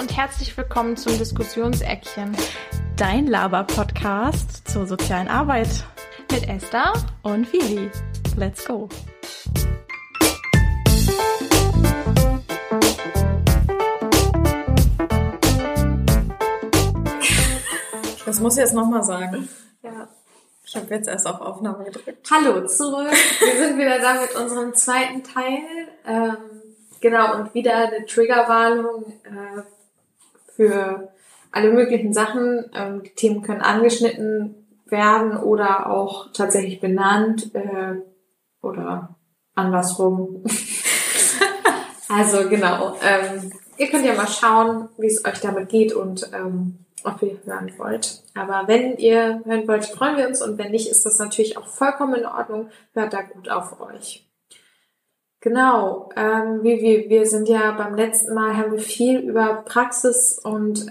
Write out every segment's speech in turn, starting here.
und herzlich willkommen zum Diskussionseckchen. Dein Laber-Podcast zur sozialen Arbeit. Mit Esther Und Vivi. Let's go. Das muss ich jetzt nochmal sagen. Ja. Ich habe jetzt erst auf Aufnahme gedrückt. Hallo zurück. Wir sind wieder da mit unserem zweiten Teil. Genau, und wieder eine Triggerwarnung für alle möglichen Sachen. Die Themen können angeschnitten werden oder auch tatsächlich benannt oder andersrum. Also genau. Ihr könnt ja mal schauen, wie es euch damit geht und ob ihr hören wollt. Aber wenn ihr hören wollt, freuen wir uns. Und wenn nicht, ist das natürlich auch vollkommen in Ordnung. Hört da gut auf euch. Genau. Wir sind ja beim letzten Mal, haben wir viel über Praxis und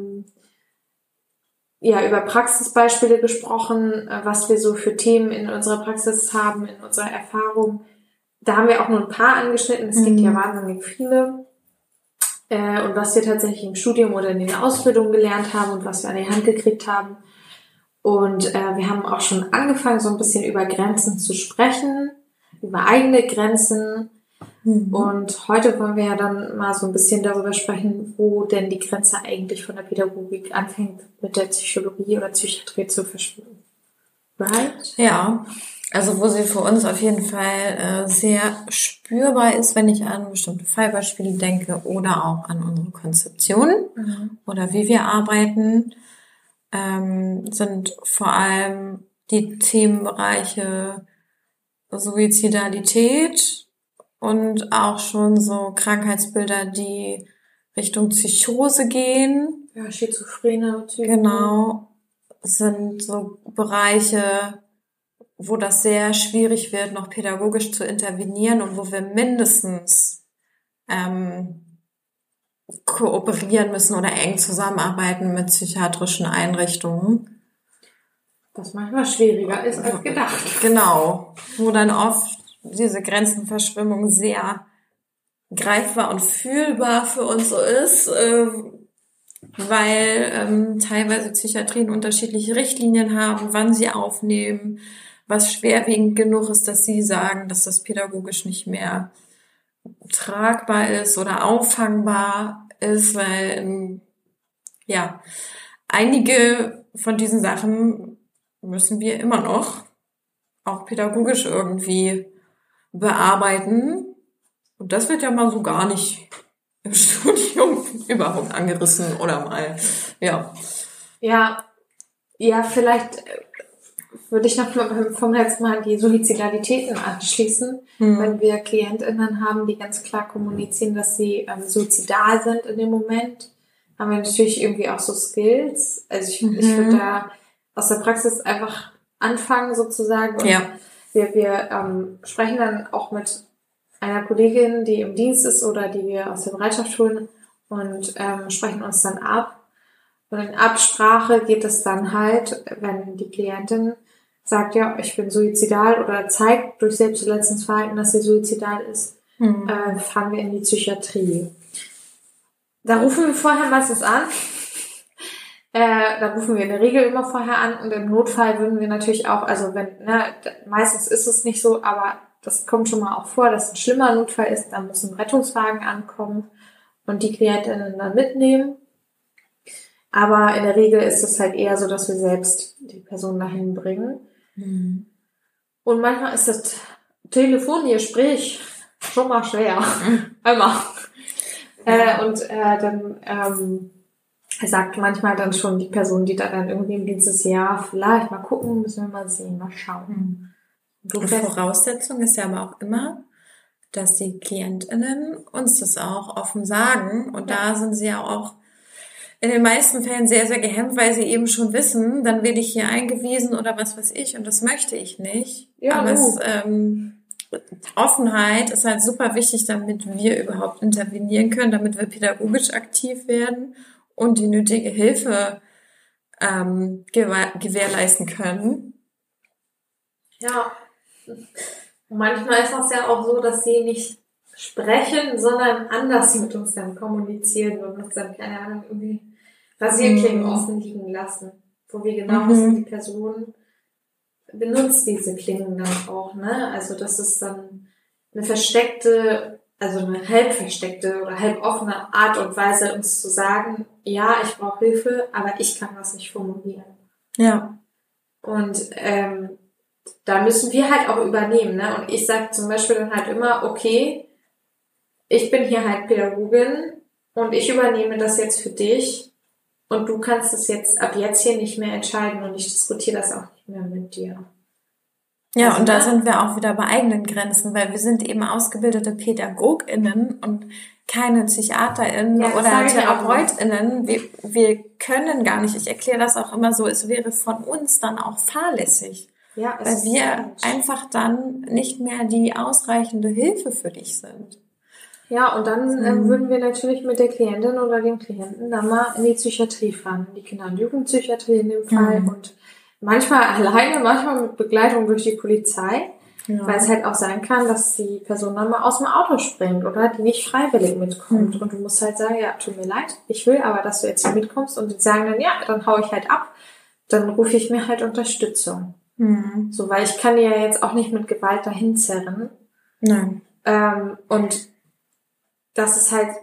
über Praxisbeispiele gesprochen, was wir so für Themen in unserer Praxis haben, in unserer Erfahrung. Da haben wir auch nur ein paar angeschnitten. Es gibt ja wahnsinnig viele. Und was wir tatsächlich im Studium oder in den Ausbildungen gelernt haben und was wir an die Hand gekriegt haben. Und wir haben auch schon angefangen, so ein bisschen über Grenzen zu sprechen, über eigene Grenzen. Und heute wollen wir ja dann mal so ein bisschen darüber sprechen, wo denn die Grenze eigentlich von der Pädagogik anfängt, mit der Psychologie oder Psychiatrie zu verschwimmen. Right? Ja, also wo sie für uns auf jeden Fall sehr spürbar ist, wenn ich an bestimmte Fallbeispiele denke oder auch an unsere Konzeption oder wie wir arbeiten, sind vor allem die Themenbereiche Suizidalität und auch schon so Krankheitsbilder, die Richtung Psychose gehen. Ja, schizophrene Typen. Genau, sind so Bereiche, wo das sehr schwierig wird, noch pädagogisch zu intervenieren und wo wir mindestens kooperieren müssen oder eng zusammenarbeiten mit psychiatrischen Einrichtungen. Was manchmal schwieriger ist als gedacht. Genau, wo dann oft diese Grenzenverschwimmung sehr greifbar und fühlbar für uns so ist, weil teilweise Psychiatrien unterschiedliche Richtlinien haben, wann sie aufnehmen, was schwerwiegend genug ist, dass sie sagen, dass das pädagogisch nicht mehr tragbar ist oder auffangbar ist, weil einige von diesen Sachen müssen wir immer noch auch pädagogisch irgendwie bearbeiten. Und das wird ja mal so gar nicht im Studium überhaupt angerissen oder mal, ja. Ja, vielleicht würde ich noch vom letzten Mal die Suizidalitäten anschließen. Wenn wir KlientInnen haben, die ganz klar kommunizieren, dass sie suizidal sind in dem Moment, haben wir natürlich irgendwie auch so Skills. Also ich würde da aus der Praxis einfach anfangen sozusagen. Und wir sprechen dann auch mit einer Kollegin, die im Dienst ist oder die wir aus der Bereitschaft holen und sprechen uns dann ab. Und in Absprache geht es dann halt, wenn die Klientin sagt, ja, ich bin suizidal oder zeigt durch Selbstverletzungsverhalten, dass sie suizidal ist, fahren wir in die Psychiatrie. Da rufen wir vorher meistens an. Da rufen wir in der Regel immer vorher an und im Notfall würden wir natürlich auch, also meistens ist es nicht so, aber das kommt schon mal auch vor, dass ein schlimmer Notfall ist, dann muss ein Rettungswagen ankommen und die Klientinnen dann mitnehmen. Aber in der Regel ist es halt eher so, dass wir selbst die Person dahin bringen. Und manchmal ist das Telefongespräch schon mal schwer. Immer. Dann sagt manchmal dann schon die Person, die da dann irgendwie im Dienst ist, ja, vielleicht mal gucken, müssen wir mal sehen, mal schauen. Die Voraussetzung ist ja aber auch immer, dass die KlientInnen uns das auch offen sagen. Und da sind sie ja auch in den meisten Fällen sehr, sehr gehemmt, weil sie eben schon wissen, dann werde ich hier eingewiesen oder was weiß ich. Und das möchte ich nicht. Ja, aber Offenheit ist halt super wichtig, damit wir überhaupt intervenieren können, damit wir pädagogisch aktiv werden und die nötige Hilfe gewährleisten können. Ja. Und manchmal ist das ja auch so, dass sie nicht sprechen, sondern anders mit uns dann kommunizieren und uns dann, keine Ahnung, irgendwie Rasierklingen offen liegen lassen. Wo wir genau wissen, die Person benutzt diese Klingen dann auch, ne? Also das ist dann eine versteckte, also eine halb versteckte oder halb offene Art und Weise, uns zu sagen, ja, ich brauche Hilfe, aber ich kann das nicht formulieren. Ja. Und da müssen wir halt auch übernehmen, ne? Und ich sage zum Beispiel dann halt immer, okay, ich bin hier halt Pädagogin und ich übernehme das jetzt für dich und du kannst es jetzt ab jetzt hier nicht mehr entscheiden und ich diskutiere das auch nicht mehr mit dir. Ja, also, und da sind wir auch wieder bei eigenen Grenzen, weil wir sind eben ausgebildete PädagogInnen und keine PsychiaterInnen oder TherapeutInnen. Wir können gar nicht, ich erkläre das auch immer so, es wäre von uns dann auch fahrlässig. Ja, weil wir einfach dann nicht mehr die ausreichende Hilfe für dich sind. Ja, und dann würden wir natürlich mit der Klientin oder dem Klienten dann mal in die Psychiatrie fahren, in die Kinder- und Jugendpsychiatrie in dem Fall und manchmal alleine, manchmal mit Begleitung durch die Polizei, weil es halt auch sein kann, dass die Person dann mal aus dem Auto springt oder die nicht freiwillig mitkommt und du musst halt sagen, ja, tut mir leid, ich will aber, dass du jetzt hier mitkommst und die sagen dann, ja, dann hau ich halt ab, dann rufe ich mir halt Unterstützung. So, weil ich kann die ja jetzt auch nicht mit Gewalt dahin zerren. Nein. Und das ist halt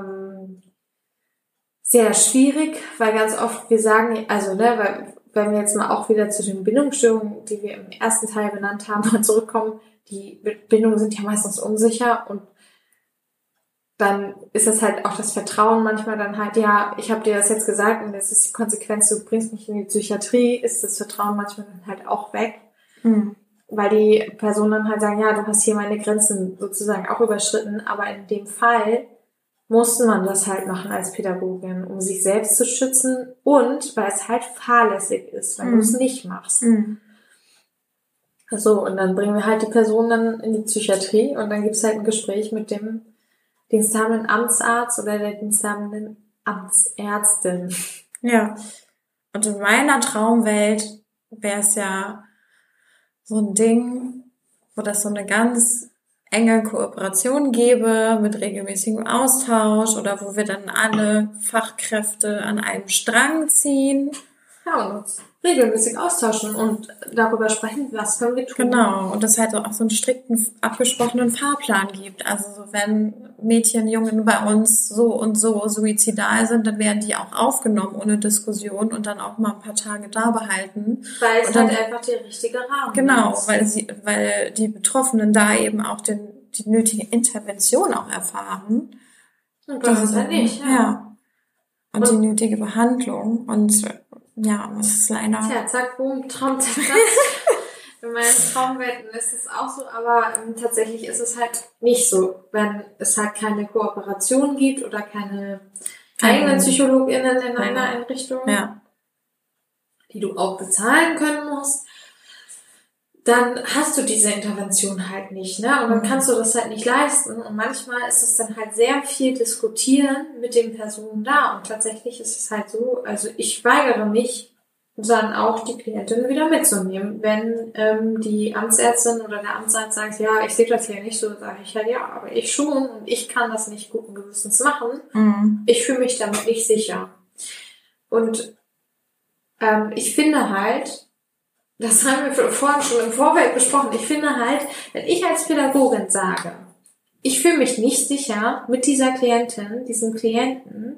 sehr schwierig, weil ganz oft wir sagen, also ne, weil wenn wir jetzt mal auch wieder zu den Bindungsstörungen, die wir im ersten Teil benannt haben, mal zurückkommen, die Bindungen sind ja meistens unsicher und dann ist es halt auch das Vertrauen manchmal dann halt, ja, ich habe dir das jetzt gesagt und das ist die Konsequenz, du bringst mich in die Psychiatrie, ist das Vertrauen manchmal dann halt auch weg. Weil die Personen dann halt sagen, ja, du hast hier meine Grenzen sozusagen auch überschritten, aber in dem Fall musste man das halt machen als Pädagogin, um sich selbst zu schützen und weil es halt fahrlässig ist, wenn du es nicht machst. So, und dann bringen wir halt die Person dann in die Psychiatrie und dann gibt's halt ein Gespräch mit dem diensthabenden Amtsarzt oder der diensthabenden Amtsärztin. Ja. Und in meiner Traumwelt wäre es ja so ein Ding, wo das so eine ganz enge Kooperation gäbe mit regelmäßigem Austausch oder wo wir dann alle Fachkräfte an einem Strang ziehen. Ja, und uns regelmäßig austauschen und darüber sprechen, was können wir tun. Genau, und das halt auch so einen strikten, abgesprochenen Fahrplan gibt. Also so, wenn Mädchen, Jungen bei uns so und so suizidal sind, dann werden die auch aufgenommen ohne Diskussion und dann auch mal ein paar Tage da behalten. Weil es halt einfach der richtige Rahmen genau, ist. weil die Betroffenen da eben auch die nötige Intervention auch erfahren. Und das ist halt nicht, ja. Und die nötige Behandlung und ja, das ist leider... Tja, zack, boom, Traum zerplatzt. In meinen Traumwelten ist es auch so, aber tatsächlich ist es halt nicht so, wenn es halt keine Kooperation gibt oder keine eigenen PsychologInnen in einer Einrichtung, die du auch bezahlen können musst, dann hast du diese Intervention halt nicht, ne? Und dann kannst du das halt nicht leisten. Und manchmal ist es dann halt sehr viel diskutieren mit den Personen da. Und tatsächlich ist es halt so, also ich weigere mich, dann auch die Klientin wieder mitzunehmen. Wenn die Amtsärztin oder der Amtsarzt sagt, ja, ich sehe das hier nicht so, sage ich halt, ja, aber ich schon und ich kann das nicht guten Gewissens machen. Ich fühle mich damit nicht sicher. Und ich finde halt, das haben wir vorhin schon im Vorfeld besprochen, ich finde halt, wenn ich als Pädagogin sage, ich fühle mich nicht sicher mit dieser Klientin, diesem Klienten,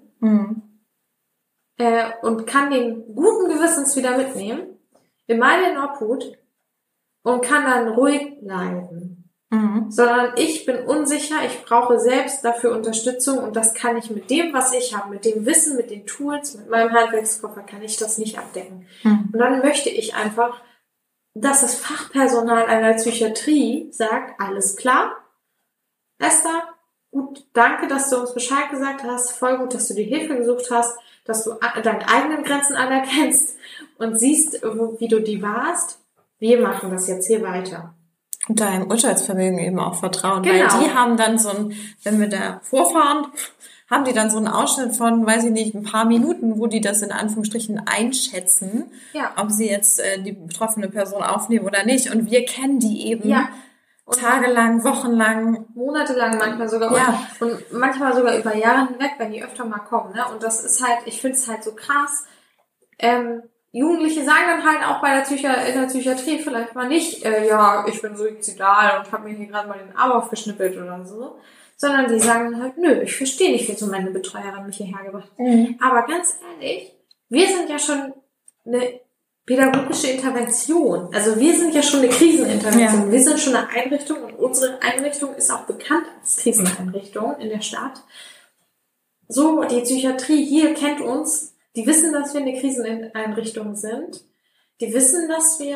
und kann den guten Gewissens wieder mitnehmen, in meine Obhut und kann dann ruhig bleiben. Sondern ich bin unsicher, ich brauche selbst dafür Unterstützung und das kann ich mit dem, was ich habe, mit dem Wissen, mit den Tools, mit meinem Handwerkskoffer, kann ich das nicht abdecken. Und dann möchte ich einfach, dass das Fachpersonal einer Psychiatrie sagt, alles klar, Esther, gut, danke, dass du uns Bescheid gesagt hast, voll gut, dass du die Hilfe gesucht hast, dass du deine eigenen Grenzen anerkennst und siehst, wie du die warst. Wir machen das jetzt hier weiter. Und deinem Urteilsvermögen eben auch vertrauen, weil die haben dann so ein, wenn wir da vorfahren, haben die dann so einen Ausschnitt von, weiß ich nicht, ein paar Minuten, wo die das in Anführungsstrichen einschätzen, ob sie jetzt die betroffene Person aufnehmen oder nicht. Und wir kennen die eben. Ja. tagelang, wochenlang, monatelang manchmal sogar und manchmal sogar über Jahre hinweg, wenn die öfter mal kommen, ne? Und das ist halt, ich finde es halt so krass. Jugendliche sagen dann halt auch bei in der Psychiatrie vielleicht mal nicht, ja, ich bin suizidal und habe mir hier gerade mal den Arm aufgeschnippelt oder so, sondern die sagen halt, nö, ich verstehe nicht, wieso meine Betreuerin mich hierher gebracht hat. Aber ganz ehrlich, wir sind ja schon eine pädagogische Intervention. Also wir sind ja schon eine Krisenintervention. Ja. Wir sind schon eine Einrichtung und unsere Einrichtung ist auch bekannt als Kriseneinrichtung in der Stadt. So, die Psychiatrie hier kennt uns. Die wissen, dass wir eine Kriseneinrichtung sind. Die wissen, dass wir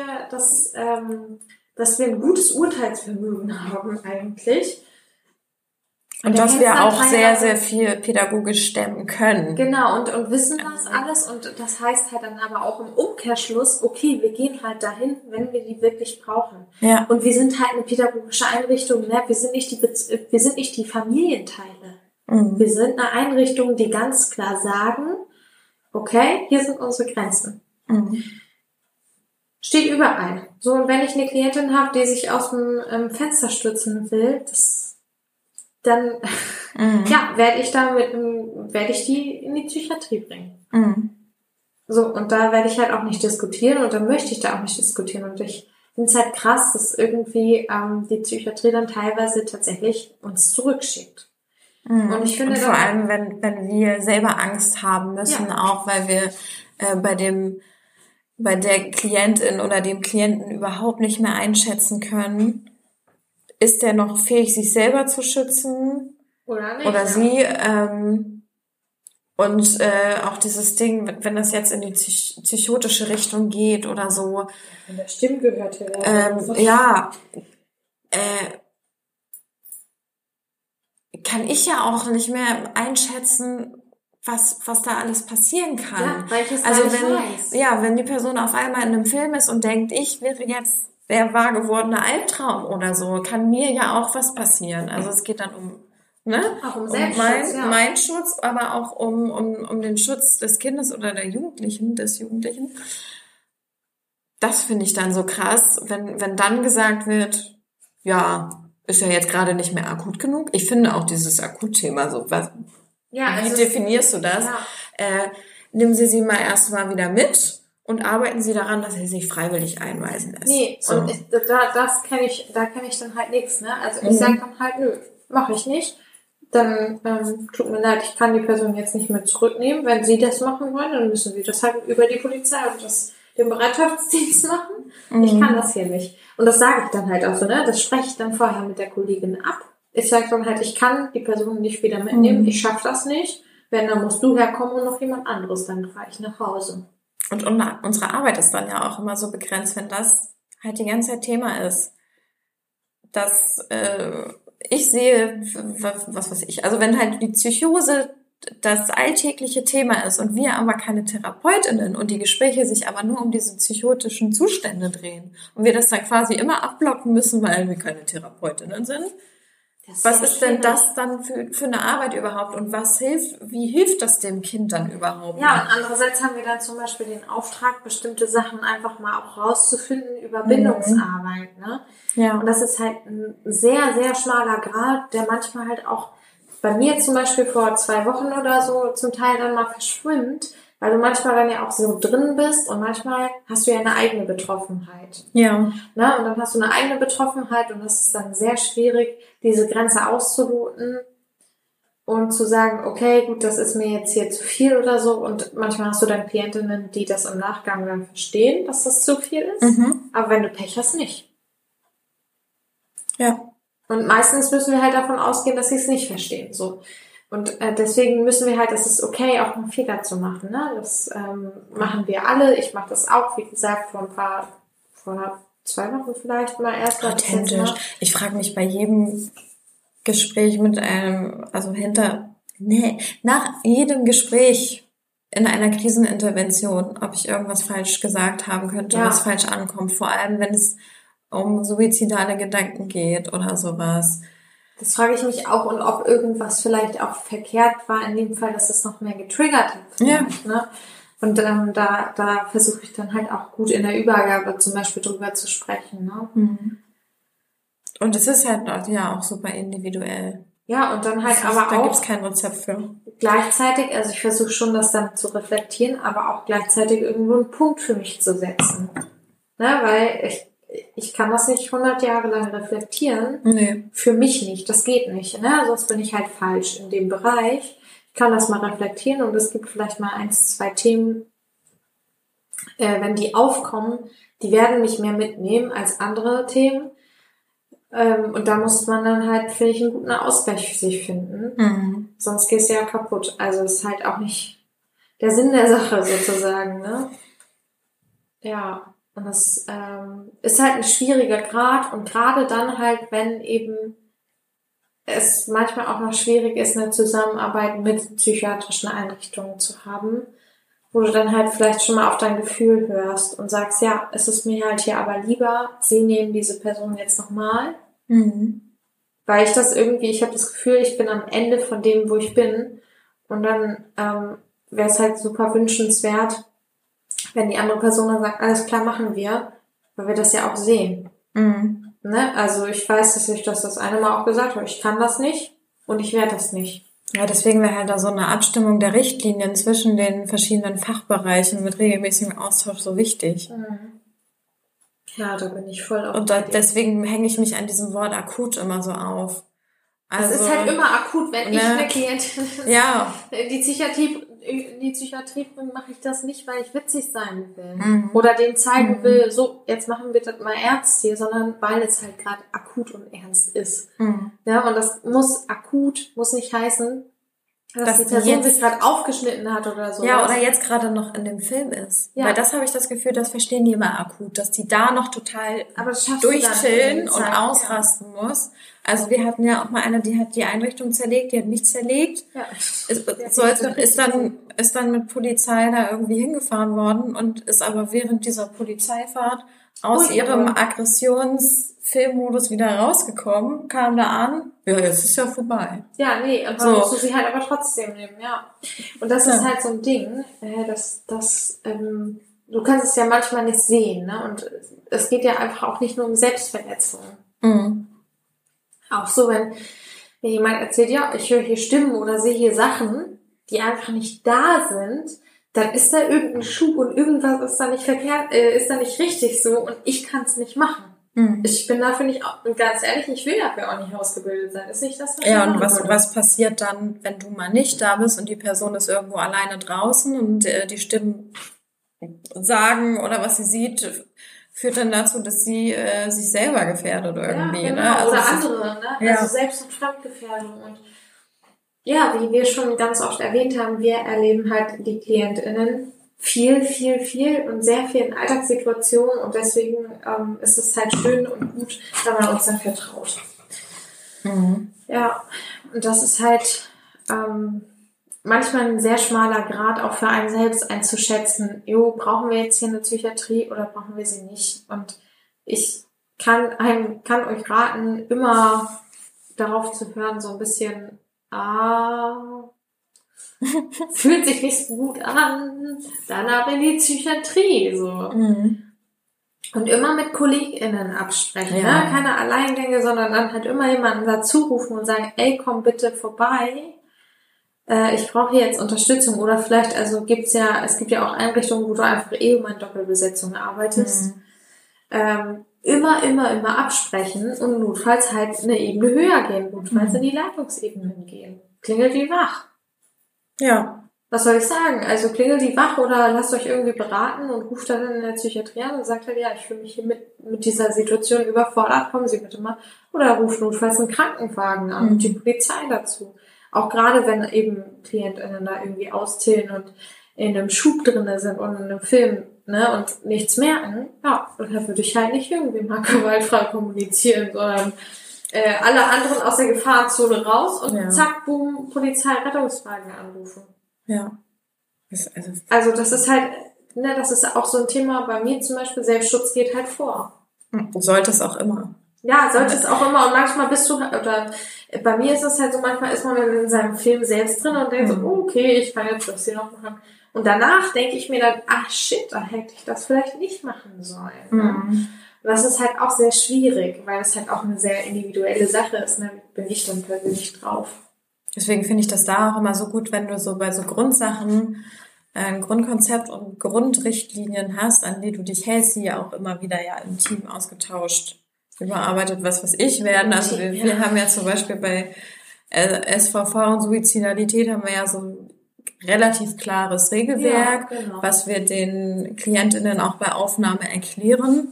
ein gutes Urteilsvermögen haben eigentlich. Und dass wir auch sehr, sehr viel pädagogisch stemmen können. Genau, und wissen das alles. Und das heißt halt dann aber auch im Umkehrschluss, okay, wir gehen halt dahin, wenn wir die wirklich brauchen. Ja. Und wir sind halt eine pädagogische Einrichtung, ne? Wir sind nicht die Familienteile. Wir sind eine Einrichtung, die ganz klar sagen, okay, hier sind unsere Grenzen. Steht überall. So, und wenn ich eine Klientin habe, die sich aus dem Fenster stürzen will, dann werde ich die in die Psychiatrie bringen. So, und da werde ich halt auch nicht diskutieren und dann möchte ich da auch nicht diskutieren. Und ich finde es halt krass, dass irgendwie die Psychiatrie dann teilweise tatsächlich uns zurückschickt. Und ich finde, und vor allem, wenn wir selber Angst haben müssen, auch weil wir bei der Klientin oder dem Klienten überhaupt nicht mehr einschätzen können, ist der noch fähig, sich selber zu schützen oder nicht, oder sie? Und auch dieses Ding, wenn das jetzt in die psychotische Richtung geht oder so. Wenn der Stimmen gehört hätte. Kann ich ja auch nicht mehr einschätzen, was da alles passieren kann. Ja, weil ich es also weiß. Wenn die Person auf einmal in einem Film ist und denkt, ich wäre jetzt der wahr gewordene Albtraum oder so, kann mir ja auch was passieren. Also es geht dann um Selbstschutz, mein Schutz, aber auch um den Schutz des Kindes oder des Jugendlichen. Das finde ich dann so krass, wenn dann gesagt wird, ja, ist ja jetzt gerade nicht mehr akut genug. Ich finde auch dieses Akutthema so, wie definierst du das? Ja. Nehmen Sie mal erstmal wieder mit und arbeiten Sie daran, dass Sie sich freiwillig einweisen lässt. Nee, so. Und da kenne ich dann halt nichts, ne? Also ich sage dann halt, nö, mache ich nicht. Dann tut mir leid, ich kann die Person jetzt nicht mehr zurücknehmen. Wenn Sie das machen wollen, dann müssen Sie das halt über die Polizei und den Bereitschaftsdienst machen. Ich kann das hier nicht. Und das sage ich dann halt auch so, ne? Das spreche ich dann vorher mit der Kollegin ab. Ich sage dann halt, ich kann die Person nicht wieder mitnehmen. Ich schaffe das nicht. Wenn, dann musst du herkommen und noch jemand anderes. Dann fahre ich nach Hause. Und unsere Arbeit ist dann ja auch immer so begrenzt, wenn das halt die ganze Zeit Thema ist. Dass ich sehe, was weiß ich, also wenn halt die Psychose das alltägliche Thema ist und wir aber keine TherapeutInnen und die Gespräche sich aber nur um diese psychotischen Zustände drehen und wir das dann quasi immer abblocken müssen, weil wir keine TherapeutInnen sind. Was ist denn das dann für eine Arbeit überhaupt und wie hilft das dem Kind dann überhaupt? Ja, und andererseits haben wir dann zum Beispiel den Auftrag, bestimmte Sachen einfach mal auch rauszufinden über Bindungsarbeit, ne? Ja. Und das ist halt ein sehr, sehr schmaler Grat, der manchmal halt auch bei mir zum Beispiel vor 2 Wochen oder so zum Teil dann mal verschwimmt, weil du manchmal dann ja auch so drin bist und manchmal hast du ja eine eigene Betroffenheit. Ja. Na, und dann hast du eine eigene Betroffenheit und das ist dann sehr schwierig, diese Grenze auszuloten und zu sagen, okay, gut, das ist mir jetzt hier zu viel oder so. Und manchmal hast du dann Klientinnen, die das im Nachgang dann verstehen, dass das zu viel ist. Aber wenn du Pech hast, nicht. Ja. Und meistens müssen wir halt davon ausgehen, dass sie es nicht verstehen. So. Und deswegen müssen wir halt, das ist okay, auch einen Fehler zu machen. Ne? Das machen wir alle. Ich mache das auch, wie gesagt, vor 2 Wochen vielleicht mal erst. Authentisch. Ich frage mich bei jedem Gespräch nach jedem Gespräch in einer Krisenintervention, ob ich irgendwas falsch gesagt haben könnte, was falsch ankommt. Vor allem, wenn es um suizidale Gedanken geht oder sowas. Das frage ich mich auch und ob irgendwas vielleicht auch verkehrt war in dem Fall, dass es noch mehr getriggert hat. Vielleicht, ne? Und da versuche ich dann halt auch gut in der Übergabe zum Beispiel drüber zu sprechen. Ne? Und es ist halt auch super individuell. Ja, und dann halt aber da auch gibt's kein Rezept für. gleichzeitig, also ich versuche schon, das dann zu reflektieren, aber auch gleichzeitig irgendwo einen Punkt für mich zu setzen. Ne, weil ich kann das nicht 100 Jahre lang reflektieren. Nee. Für mich nicht, das geht nicht. Ne? Sonst bin ich halt falsch in dem Bereich. Ich kann das mal reflektieren und es gibt vielleicht mal 1, 2 Themen, wenn die aufkommen, die werden mich mehr mitnehmen als andere Themen. Und da muss man dann halt, finde ich, einen guten Ausgleich für sich finden. Mhm. Sonst gehst du ja kaputt. Also ist halt auch nicht der Sinn der Sache sozusagen, ne? Ja, und das ist halt ein schwieriger Grad und gerade dann halt, wenn eben es manchmal auch noch schwierig ist, eine Zusammenarbeit mit psychiatrischen Einrichtungen zu haben, wo du dann halt vielleicht schon mal auf dein Gefühl hörst und sagst, ja, es ist mir halt hier aber lieber, sie nehmen diese Person jetzt nochmal, weil ich das irgendwie, ich habe das Gefühl, ich bin am Ende von dem, wo ich bin und dann wäre es halt super wünschenswert, wenn die andere Person dann sagt, alles klar, machen wir, weil wir das ja auch sehen. Ne? Also ich weiß, dass ich das eine Mal auch gesagt habe, ich kann das nicht und ich werde das nicht. Ja, deswegen wäre halt da so eine Abstimmung der Richtlinien zwischen den verschiedenen Fachbereichen mit regelmäßigem Austausch so wichtig. Ja, da bin ich voll auf. Und deswegen hänge ich mich an diesem Wort akut immer so auf. Also, es ist halt immer akut, wenn ich eine Klientin in die Psychiatrie bringe, mache ich das nicht, weil ich witzig sein will. Oder denen zeigen will, so, jetzt machen wir das mal ernst hier, sondern weil es halt gerade akut und ernst ist. Ja, und das muss nicht heißen, dass die Person sich gerade aufgeschnitten hat oder so. Ja, oder jetzt gerade noch in dem Film ist. Ja. Weil das habe ich das Gefühl, das verstehen die immer akut, dass die da noch total durchchillen und ausrasten muss. Also wir hatten ja auch mal eine, die hat die Einrichtung zerlegt, die hat mich zerlegt. Ja. Ist dann mit Polizei da irgendwie hingefahren worden und ist aber während dieser Polizeifahrt aus ihrem Aggressionsfilmmodus wieder rausgekommen, kam da an, ja, jetzt ist ja vorbei. Ja, nee, und dann musst du sie halt aber trotzdem nehmen, ja. Und das ist halt so ein Ding, du kannst es ja manchmal nicht sehen, ne? Und es geht ja einfach auch nicht nur um Selbstverletzung. Auch so, wenn mir jemand erzählt, ja, ich höre hier Stimmen oder sehe hier Sachen, die einfach nicht da sind, dann ist da irgendein Schub und irgendwas ist da nicht verkehrt, ist da nicht richtig so und ich kann es nicht machen. Ich bin dafür nicht, ganz ehrlich, ich will dafür auch nicht ausgebildet sein. Ist nicht das, was ja, und was passiert dann, wenn du mal nicht da bist und die Person ist irgendwo alleine draußen und die Stimmen sagen oder was sie sieht, führt dann dazu, dass sie sich selber gefährdet irgendwie. Ja, genau. Ne? Also oder andere, ne? Ja. Also Selbst- und Fremdgefährdung. Und ja, wie wir schon ganz oft erwähnt haben, wir erleben halt die KlientInnen viel und sehr viel in Alltagssituationen und deswegen ist es halt schön und gut, wenn man uns dann vertraut. Ja, und das ist halt manchmal ein sehr schmaler Grad auch für einen selbst einzuschätzen, brauchen wir jetzt hier eine Psychiatrie oder brauchen wir sie nicht? Und ich kann euch raten, immer darauf zu hören, so ein bisschen, fühlt sich nicht so gut an, dann ab in die Psychiatrie, so. Und immer mit KollegInnen absprechen, ne? Keine Alleingänge, sondern dann halt immer jemanden dazu rufen und sagen, ey, komm bitte vorbei. Ich brauche hier jetzt Unterstützung oder vielleicht, es gibt ja auch Einrichtungen, wo du einfach immer in Doppelbesetzung arbeitest. Immer absprechen und notfalls halt eine Ebene höher gehen, notfalls in die Leitungsebenen gehen. Klingelt die wach. Ja. Was soll ich sagen? Also klingelt die wach oder lasst euch irgendwie beraten und ruft dann in der Psychiatrie an und sagt halt, ja, ich fühle mich hier mit dieser Situation überfordert, kommen Sie bitte mal. Oder ruft notfalls einen Krankenwagen an und die Polizei dazu. Auch gerade wenn eben KlientInnen da irgendwie auszählen und in einem Schub drinne sind und in einem Film, ne, und nichts merken, ja, und da würde ich halt nicht irgendwie mal gewaltfrei kommunizieren, sondern alle anderen aus der Gefahrenzone raus und zack, boom, Polizei, Rettungswagen anrufen. Ja. Also das ist halt, ne, das ist auch so ein Thema bei mir zum Beispiel, Selbstschutz geht halt vor. Sollte es auch immer. Ja, sollte es auch immer und manchmal bist du, oder bei mir ist es halt so, manchmal ist man in seinem Film selbst drin und denkt so, okay, ich kann jetzt das hier noch machen. Und danach denke ich mir dann, ach shit, da hätte ich das vielleicht nicht machen sollen. Und Und das ist halt auch sehr schwierig, weil es halt auch eine sehr individuelle Sache ist, ne? Bin ich dann persönlich drauf. Deswegen finde ich das da auch immer so gut, wenn du so bei so Grundsachen ein Grundkonzept und Grundrichtlinien hast, an die du dich hältst, die ja auch immer wieder ja im Team ausgetauscht, überarbeitet, was ich werden. Also wir haben ja zum Beispiel bei SVV und Suizidalität haben wir ja so ein relativ klares Regelwerk, was wir den KlientInnen auch bei Aufnahme erklären.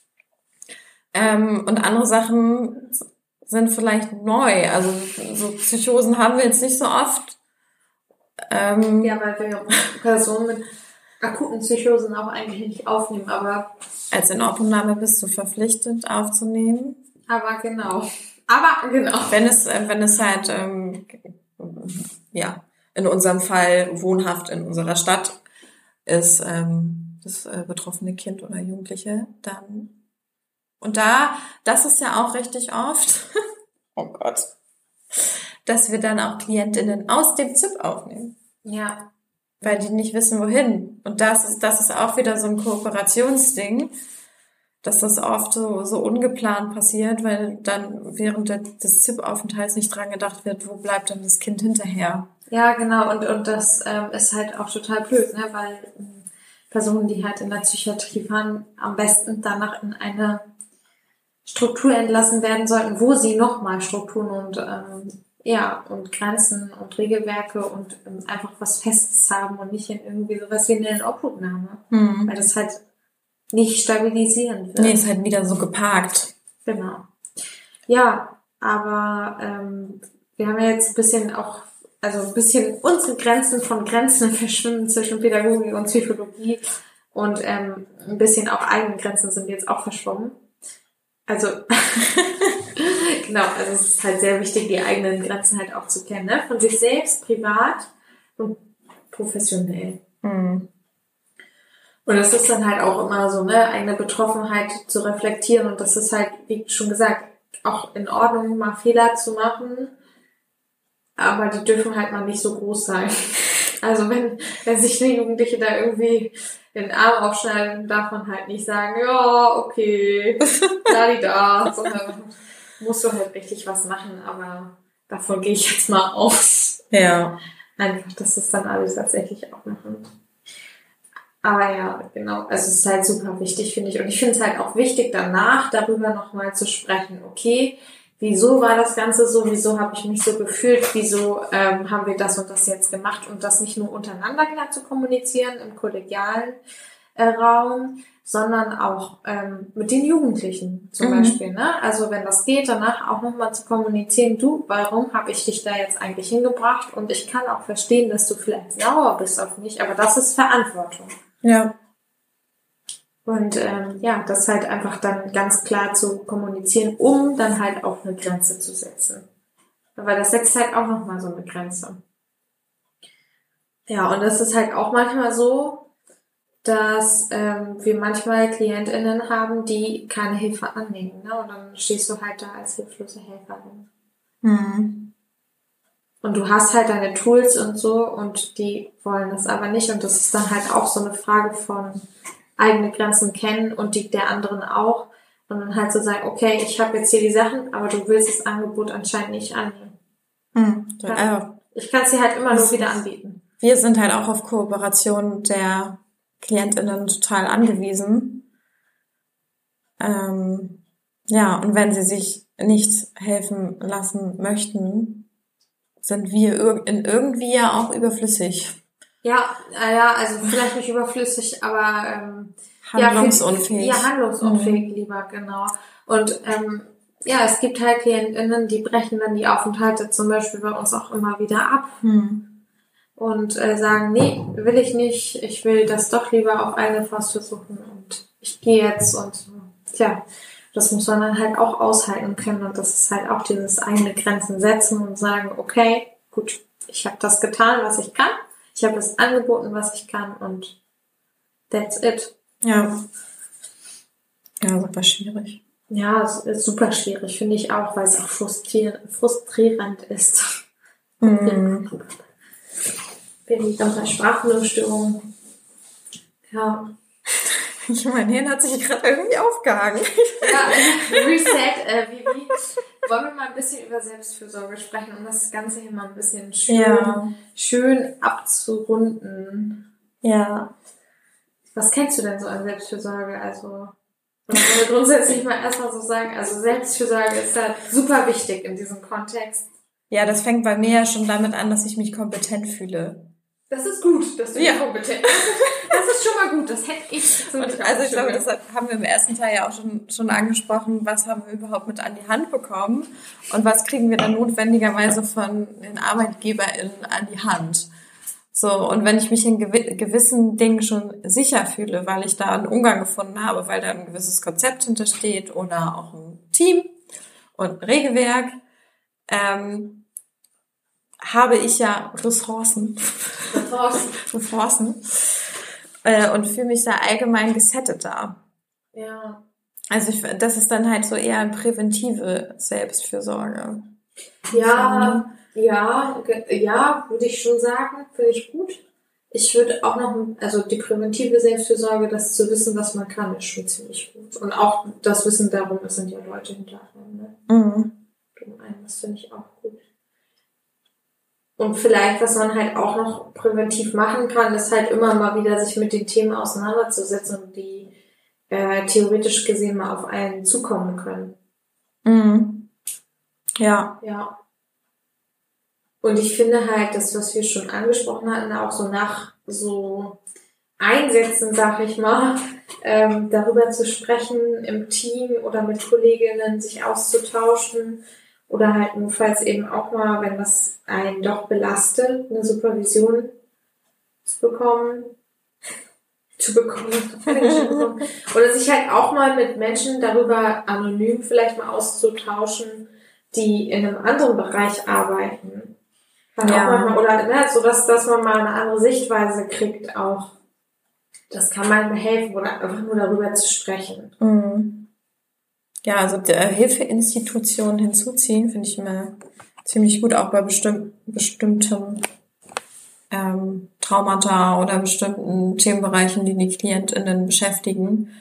Und andere Sachen sind vielleicht neu. Also so Psychosen haben wir jetzt nicht so oft. Ja, weil wir Personen mit akuten Psychosen auch eigentlich nicht aufnehmen, aber... Als in Aufnahme bist du verpflichtet aufzunehmen. Aber genau. Wenn es halt, ja, in unserem Fall wohnhaft in unserer Stadt ist, das betroffene Kind oder Jugendliche, dann... Und das ist ja auch richtig oft, oh Gott, dass wir dann auch KlientInnen aus dem ZIP aufnehmen. Ja. Weil die nicht wissen, wohin. Und das ist auch wieder so ein Kooperationsding, dass das oft so ungeplant passiert, weil dann während des ZIP-Aufenthalts nicht dran gedacht wird, wo bleibt denn das Kind hinterher. Ja, genau. Und das ist halt auch total blöd, ne? Weil Personen, die halt in der Psychiatrie waren, am besten danach in eine Struktur entlassen werden sollten, wo sie nochmal Strukturen und Grenzen und Regelwerke und einfach was Festes haben und nicht in irgendwie sowas wie eine Obhutnahme. Weil das halt nicht stabilisierend wird. Nee, ist halt wieder so geparkt. Genau. Ja, aber wir haben ja jetzt ein bisschen unsere Grenzen von Grenzen verschwimmen zwischen Pädagogik und Psychologie und ein bisschen auch eigene Grenzen sind jetzt auch verschwommen. Also, genau, also es ist halt sehr wichtig, die eigenen Grenzen halt auch zu kennen, ne? Von sich selbst, privat und professionell. Und das ist dann halt auch immer so, ne, eigene Betroffenheit zu reflektieren und das ist halt, wie schon gesagt, auch in Ordnung, mal Fehler zu machen, aber die dürfen halt mal nicht so groß sein. Also wenn sich eine Jugendliche da irgendwie den Arm aufschneiden, darf man halt nicht sagen, ja, okay, da, sondern musst du halt richtig was machen, aber davon gehe ich jetzt mal aus. Ja. Einfach, dass das dann alles tatsächlich auch machen. Aber ja, genau, also es ist halt super wichtig, finde ich. Und ich finde es halt auch wichtig, danach darüber nochmal zu sprechen. Okay, wieso war das Ganze so? Wieso habe ich mich so gefühlt? Wieso haben wir das und das jetzt gemacht? Und das nicht nur untereinander klar zu kommunizieren im kollegialen Raum, sondern auch mit den Jugendlichen zum Beispiel. Ne? Also wenn das geht, danach auch nochmal zu kommunizieren, du, warum habe ich dich da jetzt eigentlich hingebracht? Und ich kann auch verstehen, dass du vielleicht sauer bist auf mich, aber das ist Verantwortung. Ja. Und das halt einfach dann ganz klar zu kommunizieren, um dann halt auch eine Grenze zu setzen. Weil das setzt halt auch nochmal so eine Grenze. Ja, und das ist halt auch manchmal so, dass wir manchmal KlientInnen haben, die keine Hilfe annehmen. Ne? Und dann stehst du halt da als hilflose Helferin. Und du hast halt deine Tools und so und die wollen das aber nicht. Und das ist dann halt auch so eine Frage von eigene Grenzen kennen und die der anderen auch. Und dann halt so sagen, okay, ich habe jetzt hier die Sachen, aber du willst das Angebot anscheinend nicht annehmen. Ich kann es dir halt immer nur wieder anbieten. Wir sind halt auch auf Kooperation der KlientInnen total angewiesen. Ja, und wenn sie sich nicht helfen lassen möchten, sind wir irgendwie ja auch überflüssig. Ja, also vielleicht nicht überflüssig, aber handlungsunfähig. Handlungsunfähig lieber, genau. Und es gibt halt KlientInnen, die brechen dann die Aufenthalte zum Beispiel bei uns auch immer wieder ab. Und sagen, nee, will ich nicht, ich will das doch lieber auf eigene Faust versuchen und ich gehe jetzt und das muss man dann halt auch aushalten können und das ist halt auch dieses eigene Grenzen setzen und sagen, okay, gut, ich habe das getan, was ich kann, ich habe das angeboten, was ich kann und that's it. Ja, super schwierig. Ja, es ist super schwierig, finde ich auch, weil es auch frustrierend ist. Bin ich auch bei Sprachfindungsstörungen. Ja. Mein Hirn hat sich gerade irgendwie aufgehangen. Ja, Reset, Vivi. Wollen wir mal ein bisschen über Selbstfürsorge sprechen, um das Ganze hier mal ein bisschen schön abzurunden. Ja. Was kennst du denn so an Selbstfürsorge? Also, oder wollen wir grundsätzlich mal erstmal so sagen, also Selbstfürsorge ist da super wichtig in diesem Kontext. Ja, das fängt bei mir ja schon damit an, dass ich mich kompetent fühle. Das ist gut, dass du dich kompetent bist. Das ist schon mal gut, das hätte ich so nicht. Also ich glaube, das haben wir im ersten Teil ja auch schon angesprochen, was haben wir überhaupt mit an die Hand bekommen und was kriegen wir dann notwendigerweise von den ArbeitgeberInnen an die Hand. So, und wenn ich mich in gewissen Dingen schon sicher fühle, weil ich da einen Umgang gefunden habe, weil da ein gewisses Konzept hintersteht oder auch ein Team und ein Regelwerk, habe ich ja Ressourcen. Und fühle mich da allgemein gesettet da. Ja. Also das ist dann halt so eher eine präventive Selbstfürsorge. Ja, würde ich schon sagen, finde ich gut. Ich würde auch noch, also die präventive Selbstfürsorge, das zu wissen, was man kann, ist schon ziemlich gut. Und auch das Wissen darum, es sind ja Leute hinter einem, ne? Mhm. Das finde ich auch gut. Und vielleicht, was man halt auch noch präventiv machen kann, ist halt immer mal wieder sich mit den Themen auseinanderzusetzen, die theoretisch gesehen mal auf einen zukommen können. Mhm. Ja. Ja. Und ich finde halt, das, was wir schon angesprochen hatten, auch so nach so Einsätzen, sag ich mal, darüber zu sprechen im Team oder mit Kolleginnen, sich auszutauschen oder halt notfalls eben auch mal, wenn das einen doch belastet, eine Supervision zu bekommen. Oder sich halt auch mal mit Menschen darüber anonym vielleicht mal auszutauschen, die in einem anderen Bereich arbeiten. Kann auch manchmal, oder ne, so dass man mal eine andere Sichtweise kriegt auch. Das kann manchmal helfen oder einfach nur darüber zu sprechen. Mhm. Ja, also Hilfeinstitutionen hinzuziehen, finde ich immer ziemlich gut, auch bei bestimmten Traumata oder bestimmten Themenbereichen, die die KlientInnen beschäftigen.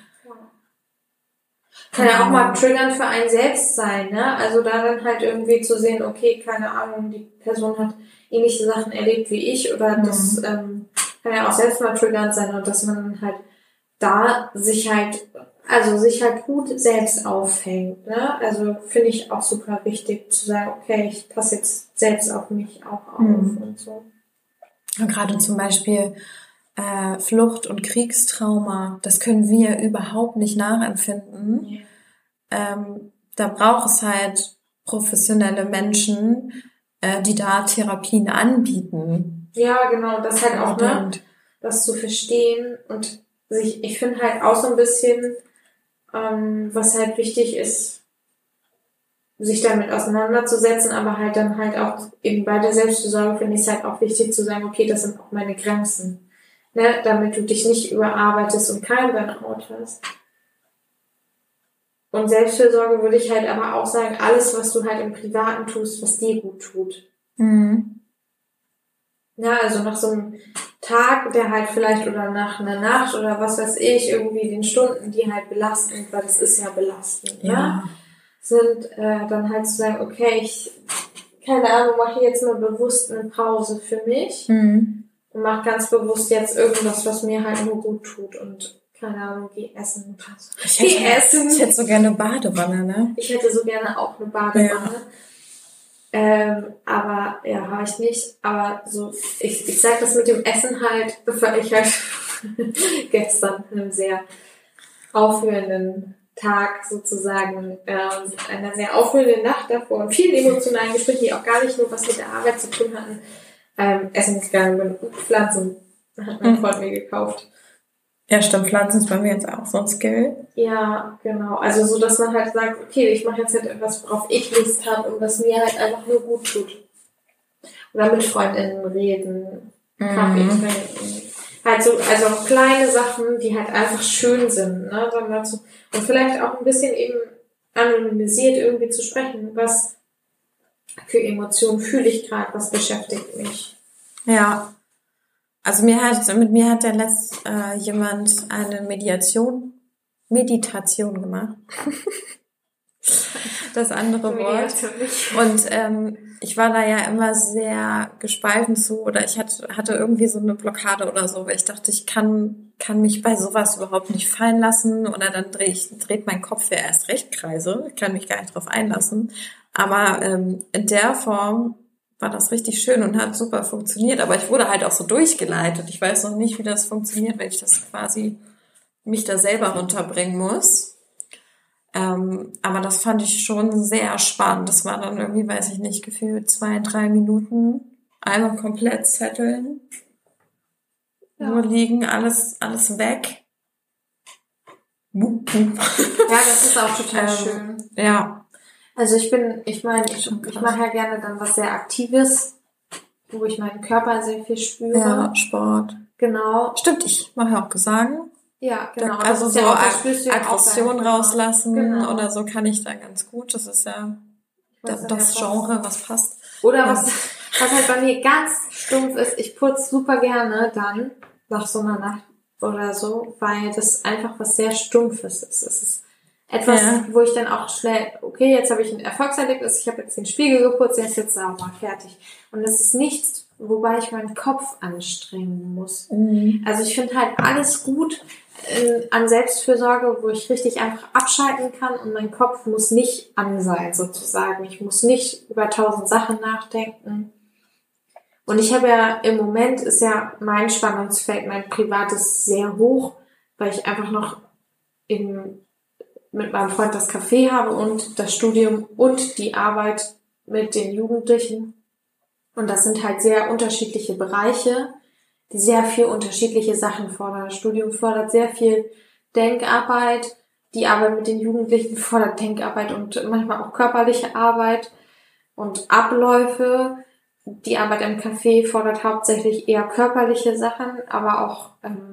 Kann ja auch mal triggernd für einen selbst sein, ne? Also da dann halt irgendwie zu sehen, okay, keine Ahnung, die Person hat ähnliche Sachen erlebt wie ich oder das kann ja auch selbst mal triggernd sein und dass man halt da sich halt gut selbst auffängt, ne? Also finde ich auch super wichtig zu sagen, okay, ich passe jetzt selbst auf mich auch auf und so. Und gerade zum Beispiel Flucht- und Kriegstrauma, das können wir überhaupt nicht nachempfinden. Ja. Da braucht es halt professionelle Menschen, die da Therapien anbieten. Ja, genau, das halt auch, ne? Das zu verstehen und ich finde halt auch so ein bisschen, was halt wichtig ist, sich damit auseinanderzusetzen, aber halt dann halt auch eben bei der Selbstfürsorge finde ich es halt auch wichtig zu sagen, okay, das sind auch meine Grenzen, ne, damit du dich nicht überarbeitest und kein Burnout hast. Und Selbstfürsorge würde ich halt aber auch sagen, alles, was du halt im Privaten tust, was dir gut tut. Mhm. Ja, also nach so einem Tag, der halt vielleicht oder nach einer Nacht oder was weiß ich, irgendwie den Stunden, die halt belastend, weil das ist ja belastend, ne? Sind dann halt zu sagen, okay, ich, keine Ahnung, mache jetzt mal bewusst eine Pause für mich und mache ganz bewusst jetzt irgendwas, was mir halt nur gut tut und keine Ahnung, geh essen. Ich hätte so gerne eine Badewanne, ne? Ich hätte so gerne auch eine Badewanne. Ja. Aber ja, habe ich nicht. Aber so, ich sag das mit dem Essen halt, weil ich halt gestern einen sehr aufwühlenden Tag sozusagen, einer sehr aufwühlenden Nacht davor und vielen emotionalen Gesprächen, die auch gar nicht nur was mit der Arbeit zu tun hatten, essen gegangen bin. Und Pflanzen hat mein Freund mir gekauft. Ja, stimmt, Pflanzen ist bei mir jetzt auch so ein Skill. Ja, genau. Also so, dass man halt sagt, okay, ich mache jetzt halt etwas, worauf ich Lust habe und was mir halt einfach nur gut tut. Oder mit FreundInnen reden, Kaffee trinken. Halt so, also auch kleine Sachen, die halt einfach schön sind, ne? Dann dazu. Und vielleicht auch ein bisschen eben anonymisiert irgendwie zu sprechen, was für Emotionen fühle ich gerade, was beschäftigt mich. Ja. Also mit mir hat ja jemand eine Meditation gemacht. Das andere Wort. Und ich war da ja immer sehr gespalten zu, oder ich hatte irgendwie so eine Blockade oder so, weil ich dachte, ich kann mich bei sowas überhaupt nicht fallen lassen, oder dann dreht mein Kopf ja erst recht Kreise, ich kann mich gar nicht drauf einlassen. Aber in der Form war das richtig schön und hat super funktioniert, aber ich wurde halt auch so durchgeleitet. Ich weiß noch nicht, wie das funktioniert, wenn ich das quasi mich da selber runterbringen muss. Aber das fand ich schon sehr spannend. Das war dann irgendwie, weiß ich nicht, gefühlt 2-3 Minuten. Einmal komplett zetteln. Ja. Nur liegen, alles weg. Ja, das ist auch total schön. Ja. Also ich mache ja gerne dann was sehr Aktives, wo ich meinen Körper sehr viel spüre. Ja, Sport. Genau. Stimmt, ich mache ja auch Gesang. Ja, genau. Also so Aggression rauslassen, genau. Oder so kann ich da ganz gut. Das ist ja das Genre, was passt. Oder was halt bei mir ganz stumpf ist, ich putze super gerne dann nach so einer Nacht oder so, weil das einfach was sehr Stumpfes ist. Es ist etwas, wo ich dann auch schnell, okay, jetzt habe ich ein Erfolgserlebnis, ich habe jetzt den Spiegel geputzt, der ist jetzt sauber, fertig. Und das ist nichts, wobei ich meinen Kopf anstrengen muss. Mhm. Also ich finde halt alles gut an Selbstfürsorge, wo ich richtig einfach abschalten kann und mein Kopf muss nicht an sein, sozusagen. Ich muss nicht über 1000 Sachen nachdenken. Und ich habe ja, im Moment ist ja mein Spannungsfeld, mein privates sehr hoch, weil ich einfach noch mit meinem Freund das Café habe und das Studium und die Arbeit mit den Jugendlichen. Und das sind halt sehr unterschiedliche Bereiche, die sehr viel unterschiedliche Sachen fordern. Das Studium fordert sehr viel Denkarbeit, die Arbeit mit den Jugendlichen fordert Denkarbeit und manchmal auch körperliche Arbeit und Abläufe. Die Arbeit im Café fordert hauptsächlich eher körperliche Sachen, aber auch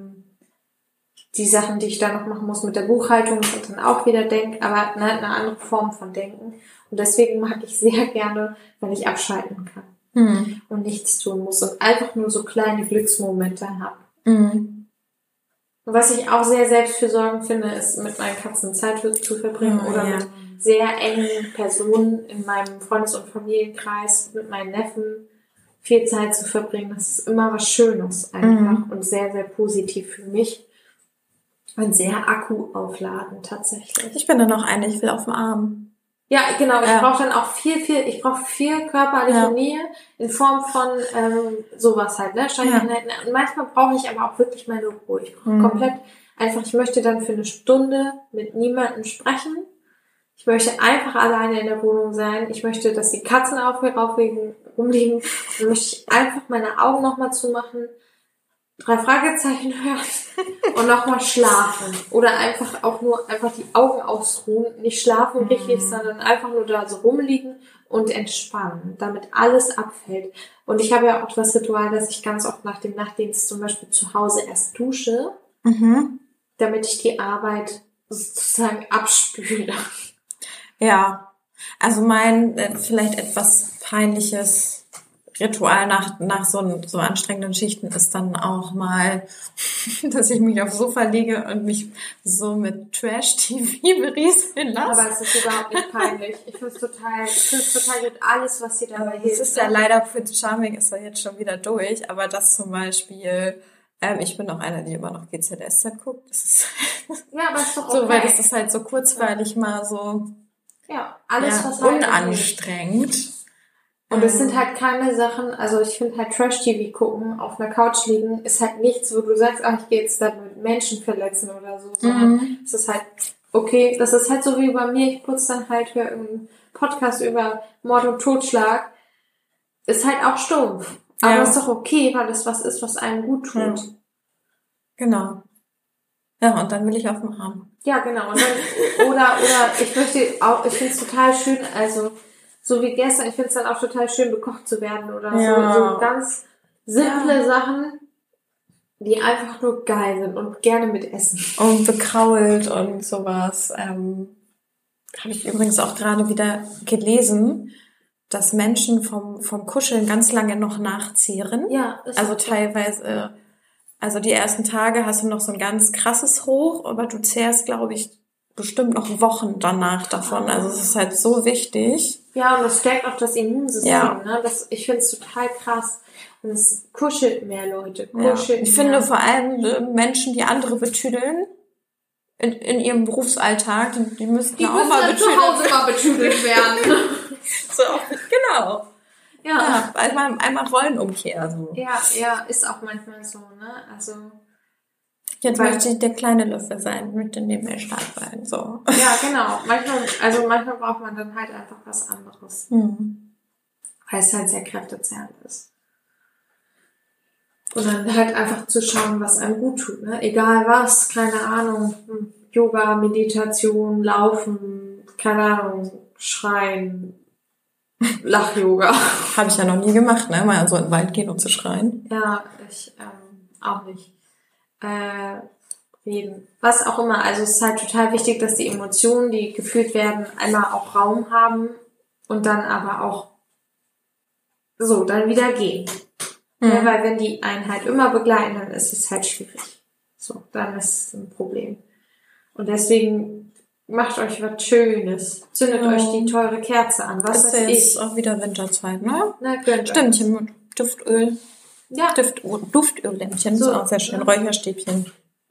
die Sachen, die ich da noch machen muss mit der Buchhaltung, sind dann auch wieder aber eine andere Form von Denken. Und deswegen mag ich sehr gerne, wenn ich abschalten kann. Und nichts tun muss und einfach nur so kleine Glücksmomente habe. Und was ich auch sehr selbstfürsorgend finde, ist mit meinen Katzen Zeit zu verbringen oder mit sehr engen Personen in meinem Freundes- und Familienkreis, mit meinen Neffen viel Zeit zu verbringen. Das ist immer was Schönes einfach und sehr, sehr positiv für mich. Und sehr Akku aufladen tatsächlich. Ich bin dann noch eine, ich will auf dem Arm. Ja, genau. Ich brauche dann auch ich brauche viel körperliche Nähe in Form von sowas halt, ne? Streicheleinheiten. Und manchmal brauche ich aber auch wirklich meine Ruhe. Ich brauche komplett einfach, ich möchte dann für eine Stunde mit niemandem sprechen. Ich möchte einfach alleine in der Wohnung sein. Ich möchte, dass die Katzen auf mir rumliegen. Dann möchte ich einfach meine Augen nochmal zumachen, 3 Fragezeichen hören und nochmal schlafen. Oder einfach die Augen ausruhen, nicht schlafen richtig, sondern einfach nur da so rumliegen und entspannen, damit alles abfällt. Und ich habe ja auch das Ritual, dass ich ganz oft nach dem Nachtdienst zum Beispiel zu Hause erst dusche, damit ich die Arbeit sozusagen abspüle. Ja, also mein vielleicht etwas peinliches Ritual nach so anstrengenden Schichten ist dann auch mal, dass ich mich aufs Sofa lege und mich so mit Trash-TV berieseln lasse. Aber es ist überhaupt nicht peinlich. Ich finde es total gut, alles, was dir dabei hilft. Es ist ja leider, Prince Charming ist ja jetzt schon wieder durch, aber das zum Beispiel, ich bin auch einer, die immer noch GZSZ guckt. Das ist ja, aber ist doch okay. So, weil das ist halt so kurzweilig mal so was unanstrengend. Und es sind halt keine Sachen, also ich finde halt Trash-TV gucken, auf einer Couch liegen, ist halt nichts, wo du sagst, ich gehe jetzt da mit Menschen verletzen oder so, sondern es ist halt, okay, das ist halt so wie bei mir, ich putze dann halt für irgendeinen Podcast über Mord und Totschlag, ist halt auch stumpf. Aber ist doch okay, weil das was ist, was einem gut tut. Genau. Ja, und dann will ich auf dem Arm. Ja, genau. Und dann, oder ich finde es total schön, also so wie gestern, ich finde es dann auch total schön, bekocht zu werden oder so ganz simple Sachen, die einfach nur geil sind und gerne mit essen. Und bekrault und sowas. Habe ich übrigens auch gerade wieder gelesen, dass Menschen vom Kuscheln ganz lange noch nachzehren. Ja. Also teilweise Also die ersten Tage hast du noch so ein ganz krasses Hoch, aber du zehrst, glaube ich, bestimmt noch Wochen danach davon. Also es ist halt so wichtig. Ja, und das stärkt auch das Immunsystem. Ja. Ne? Ich finde es total krass. Und es kuschelt mehr, Leute. Ich finde vor allem Menschen, die andere betüdeln, in ihrem Berufsalltag, die müssen die auch müssen mal dann zu Hause mal betüdelt werden. So, genau. Ja. Einmal Rollenumkehr. So. Ja, ist auch manchmal so, ne? Also. Jetzt möchte ich der kleine Löffel sein, möchte neben mir stark sein. So. Ja, genau. Manchmal braucht man dann halt einfach was anderes. Weil es halt sehr kräftezehrend ist. Und dann halt einfach zu schauen, was einem gut tut, ne? Egal was, keine Ahnung, Yoga, Meditation, Laufen, keine Ahnung, Schreien, Lach-Yoga. Habe ich ja noch nie gemacht, ne? Mal so in den Wald gehen und zu schreien. Ja, ich auch nicht. Reden. Was auch immer. Also es ist halt total wichtig, dass die Emotionen, die gefühlt werden, einmal auch Raum haben und dann aber auch so, dann wieder gehen. Ja, weil wenn die einen halt immer begleiten, dann ist es halt schwierig. So, dann ist es ein Problem. Und deswegen macht euch was Schönes. Zündet euch die teure Kerze an. Was ist weiß jetzt ich. auch wieder Winterzeit, ne? Na, gönnt Stimmt, hier mit Duftöl. Ja. Duftöl-Lämpchen, So. ist auch sehr schön. Räucherstäbchen.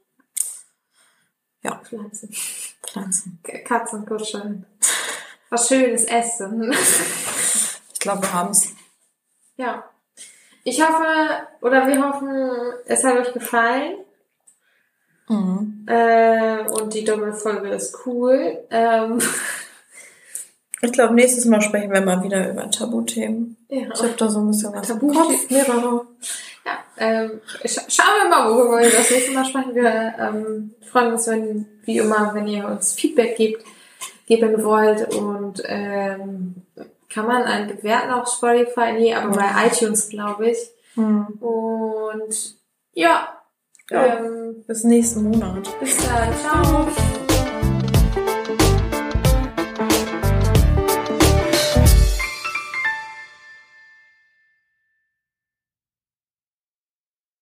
Ja. Pflanzen. Katzen kuscheln. Was Schönes essen. Ich glaube, wir haben's. Ja. Ich hoffe, oder wir hoffen, es hat euch gefallen. Und die Doppelfolge ist cool. Ich glaube, nächstes Mal sprechen wir mal wieder über Tabuthemen. Ja. Ich habe da so ein bisschen was im Tabuthemen. Kopf, mehrere. Ja, schauen wir mal, worüber wir das nächste Mal sprechen. Wir freuen uns, wie immer, wenn ihr uns Feedback geben wollt. Und kann man einen bewerten auf Spotify? Nee, aber bei iTunes, glaube ich. Und ja. Bis nächsten Monat. Bis dann. Ciao.